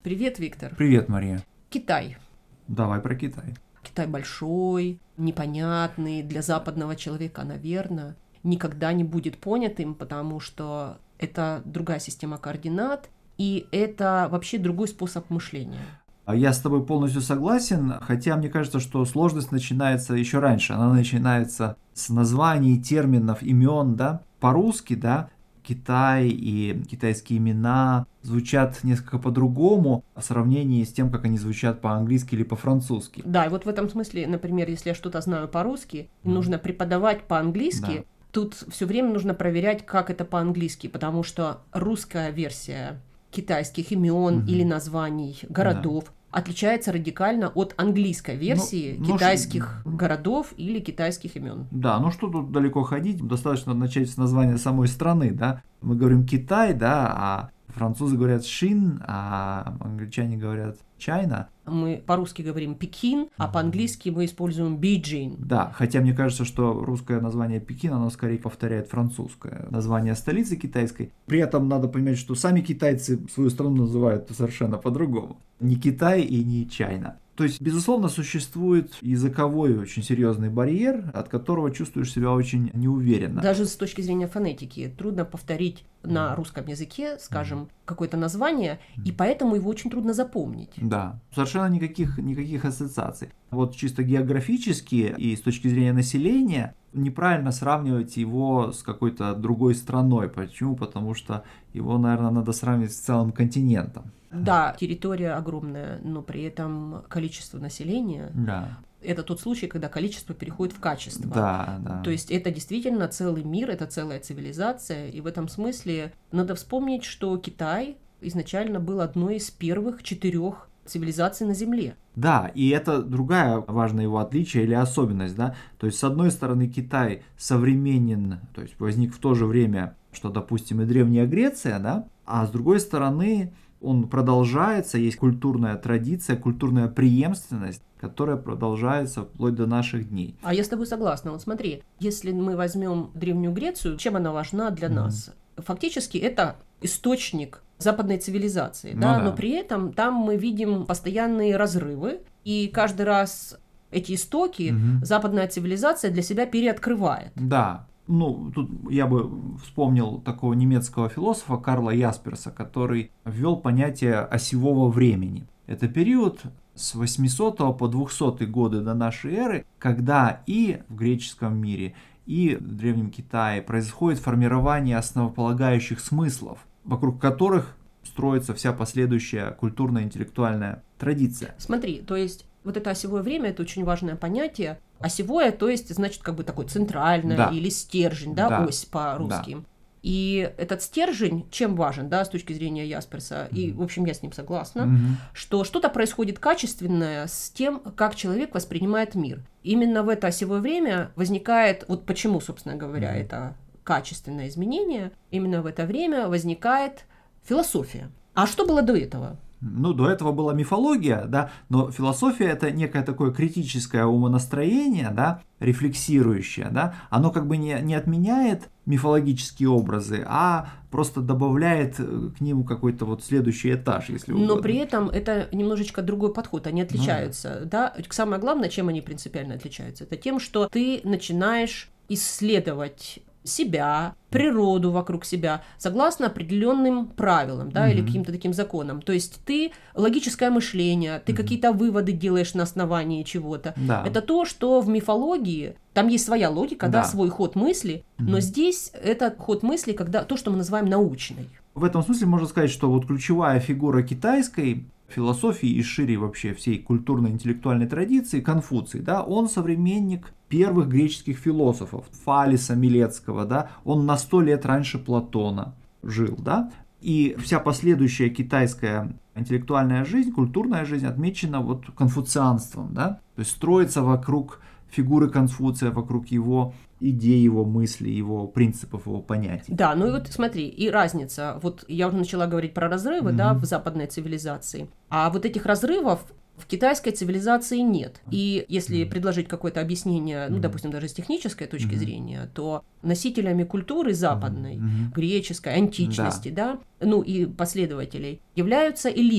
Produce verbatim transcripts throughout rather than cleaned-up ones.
Привет, Виктор. Привет, Мария. Китай. Давай про Китай. Китай большой, непонятный для западного человека, наверное, никогда не будет понятым, потому что это другая система координат, и это вообще другой способ мышления. Я с тобой полностью согласен, хотя мне кажется, что сложность начинается еще раньше. Она начинается с названий, терминов, имен, да. По-русски, да, Китай и китайские имена звучат несколько по-другому в сравнении с тем, как они звучат по-английски или по-французски. Да, и вот в этом смысле, например, если я что-то знаю по-русски, и нужно преподавать по-английски, да. Тут все время нужно проверять, как это по-английски, потому что русская версия китайских имен угу. или названий городов да. отличается радикально от английской версии ну, китайских ну, городов или китайских имен. Да, ну что тут далеко ходить, достаточно начать с названия самой страны, да. Мы говорим Китай, да, а французы говорят Шин, а англичане говорят China. Мы по-русски говорим Пекин, а по-английски мы используем Бейджин. Да, хотя мне кажется, что русское название Пекин, оно скорее повторяет французское название столицы китайской. При этом надо понимать, что сами китайцы свою страну называют совершенно по-другому. Не Китай и не China. То есть, безусловно, существует языковой очень серьезный барьер, от которого чувствуешь себя очень неуверенно. Даже с точки зрения фонетики трудно повторить на русском языке, скажем, какое-то название, и поэтому его очень трудно запомнить. Да, совершенно никаких, никаких ассоциаций. Вот чисто географически и с точки зрения населения неправильно сравнивать его с какой-то другой страной. Почему? Потому что его, наверное, надо сравнивать с целым континентом. Да, территория огромная, но при этом количество населения... Да. Это тот случай, когда количество переходит в качество. Да, да. То есть это действительно целый мир, это целая цивилизация. И в этом смысле надо вспомнить, что Китай изначально был одной из первых четырех цивилизаций на Земле. Да, и это другая важная его отличие или особенность, да. То есть, с одной стороны, Китай современен, то есть возник в то же время, что, допустим, и Древняя Греция, да, а с другой стороны, он продолжается, есть культурная традиция, культурная преемственность, которая продолжается вплоть до наших дней. А я с тобой согласна. Вот смотри, если мы возьмем Древнюю Грецию, чем она важна для mm-hmm. нас? Фактически это источник западной цивилизации, ну, да? да, но при этом там мы видим постоянные разрывы, и каждый раз эти истоки mm-hmm. западная цивилизация для себя переоткрывает. Да. Ну, тут я бы вспомнил такого немецкого философа Карла Ясперса, который ввел понятие осевого времени. Это период с восьмисотого по двухсотые годы до нашей эры, когда и в греческом мире, и в Древнем Китае происходит формирование основополагающих смыслов, вокруг которых строится вся последующая культурно-интеллектуальная традиция. Смотри, то есть вот это осевое время – это очень важное понятие. Осевое, то есть, значит, как бы такой центральное да. или стержень, да, да. ось по-русски. Да. И этот стержень чем важен, да, с точки зрения Ясперса, mm-hmm. и, в общем, я с ним согласна, mm-hmm. что что-то происходит качественное с тем, как человек воспринимает мир. Именно в это осевое время возникает, вот почему, собственно говоря, mm-hmm. это качественное изменение, именно в это время возникает философия. А что было до этого? Ну, до этого была мифология, да, но философия – это некое такое критическое умонастроение, да, рефлексирующее, да, оно как бы не, не отменяет мифологические образы, а просто добавляет к ним какой-то вот следующий этаж, если угодно. Но при этом это немножечко другой подход, они отличаются, ну, да. Самое главное, чем они принципиально отличаются, это тем, что ты начинаешь исследовать себя, природу вокруг себя, согласно определенным правилам, да, mm-hmm. или каким-то таким законам. То есть ты логическое мышление, ты mm-hmm. какие-то выводы делаешь на основании чего-то. Да. Это то, что в мифологии, там есть своя логика, да, да свой ход мысли, mm-hmm. но здесь это ход мысли, когда то, что мы называем научной. В этом смысле можно сказать, что вот ключевая фигура китайской философии и шире вообще всей культурно-интеллектуальной традиции Конфуций, да, он современник первых греческих философов, Фалеса Милетского, да, он на сто лет раньше Платона жил, да, и вся последующая китайская интеллектуальная жизнь, культурная жизнь отмечена вот конфуцианством, да, то есть строится вокруг фигуры Конфуция, вокруг его идей, его мыслей, его принципов, его понятий. Да, ну и вот смотри, и разница, вот я уже начала говорить про разрывы, mm-hmm. да, в западной цивилизации, а вот этих разрывов в китайской цивилизации нет. И если mm-hmm. предложить какое-то объяснение, ну, mm-hmm. допустим, даже с технической точки mm-hmm. зрения, то носителями культуры западной, mm-hmm. греческой, античности, да. да, ну и последователей, являются элиты.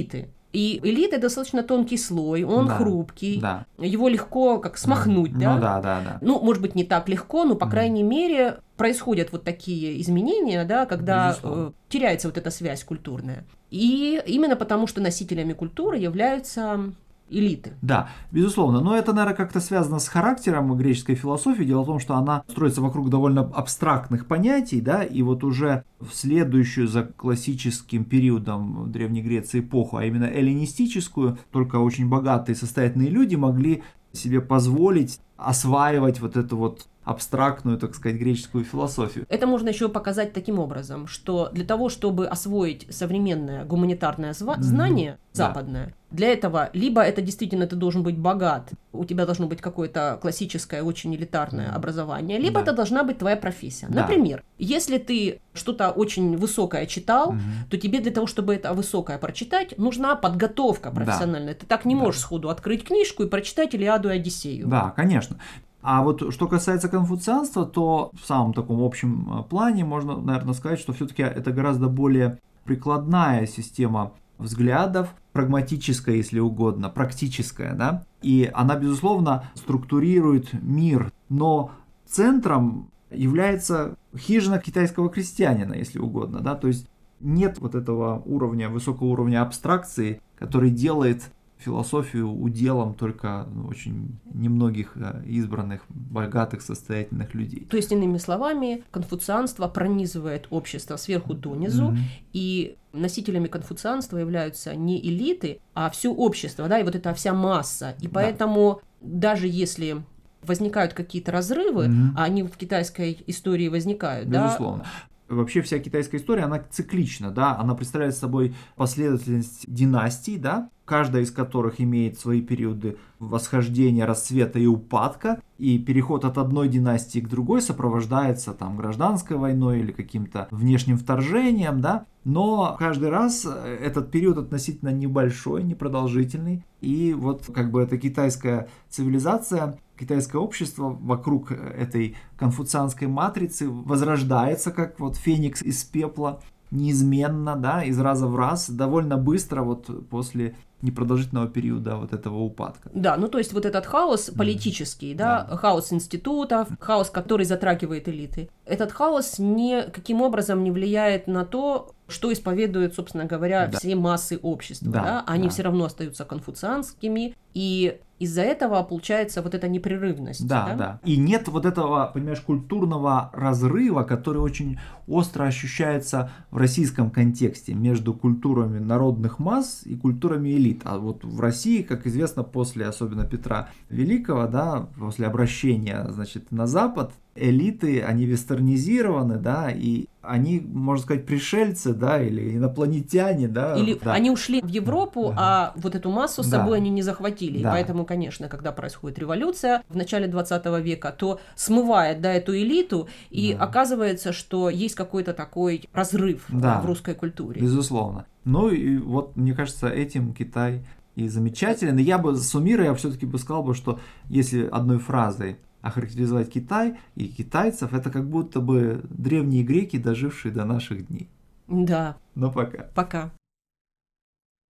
И элита достаточно тонкий слой, он да, хрупкий, да. его легко как смахнуть, ну, да? Ну да, да, да. Ну, может быть, не так легко, но, по mm. крайней мере, происходят вот такие изменения, да, когда э, теряется вот эта связь культурная. И именно потому, что носителями культуры являются элиты. Да, безусловно. Но это, наверное, как-то связано с характером греческой философии. Дело в том, что она строится вокруг довольно абстрактных понятий, да, и вот уже в следующую за классическим периодом Древней Греции эпоху, а именно эллинистическую, только очень богатые и состоятельные люди могли себе позволить осваивать вот эту вот абстрактную, так сказать, греческую философию. Это можно еще показать таким образом, что для того, чтобы освоить современное гуманитарное зва- знание mm-hmm. западное, да. Для этого либо это действительно ты должен быть богат, у тебя должно быть какое-то классическое, очень элитарное образование, либо да. это должна быть твоя профессия. Да. Например, если ты что-то очень высокое читал, угу. то тебе для того, чтобы это высокое прочитать, нужна подготовка профессиональная. Да. Ты так не да. можешь сходу открыть книжку и прочитать Илиаду и Одиссею. Да, конечно. А вот что касается конфуцианства, то в самом таком общем плане можно, наверное, сказать, что все-таки это гораздо более прикладная система взглядов, прагматическая, если угодно, практическая, да, и она, безусловно, структурирует мир, но центром является хижина китайского крестьянина, если угодно, да, то есть нет вот этого уровня, высокого уровня абстракции, который делает философию уделом только ну, очень немногих избранных, богатых, состоятельных людей. То есть, иными словами, конфуцианство пронизывает общество сверху донизу, mm-hmm. и носителями конфуцианства являются не элиты, а все общество, да, и вот эта вся масса. И поэтому да. даже если возникают какие-то разрывы, mm-hmm. а они в китайской истории возникают, безусловно. Да, вообще вся китайская история, она циклична, да, она представляет собой последовательность династий, да, каждая из которых имеет свои периоды восхождения, расцвета и упадка, и переход от одной династии к другой сопровождается там гражданской войной или каким-то внешним вторжением, да, но каждый раз этот период относительно небольшой, непродолжительный, и вот как бы эта китайская цивилизация, китайское общество вокруг этой конфуцианской матрицы возрождается, как вот феникс из пепла, неизменно, да, из раза в раз, довольно быстро вот после непродолжительного периода вот этого упадка. Да, ну то есть вот этот хаос политический, mm. да, да, хаос институтов, хаос, который затрагивает элиты, этот хаос никаким образом не влияет на то, что исповедуют, собственно говоря, да. все массы общества, да, да? Они да. все равно остаются конфуцианскими, и из-за этого получается вот эта непрерывность. Да, да, да. И нет вот этого, понимаешь, культурного разрыва, который очень остро ощущается в российском контексте между культурами народных масс и культурами элит. А вот в России, как известно, после особенно Петра Великого, да, после обращения, значит, на Запад, элиты, они вестернизированы, да, и они, можно сказать, пришельцы, да, или инопланетяне, да. Или да. они ушли в Европу, да. а вот эту массу с да. собой они не захватили. Да. И поэтому, конечно, когда происходит революция в начале двадцатого века, то смывает, да, эту элиту, и да. оказывается, что есть какой-то такой разрыв да. в русской культуре. Безусловно. Ну и вот, мне кажется, этим Китай и замечателен. И я бы, суммируя, я все-таки бы сказал бы, что если одной фразой охарактеризовать Китай и китайцев, это как будто бы древние греки, дожившие до наших дней. Да. Но пока. Пока.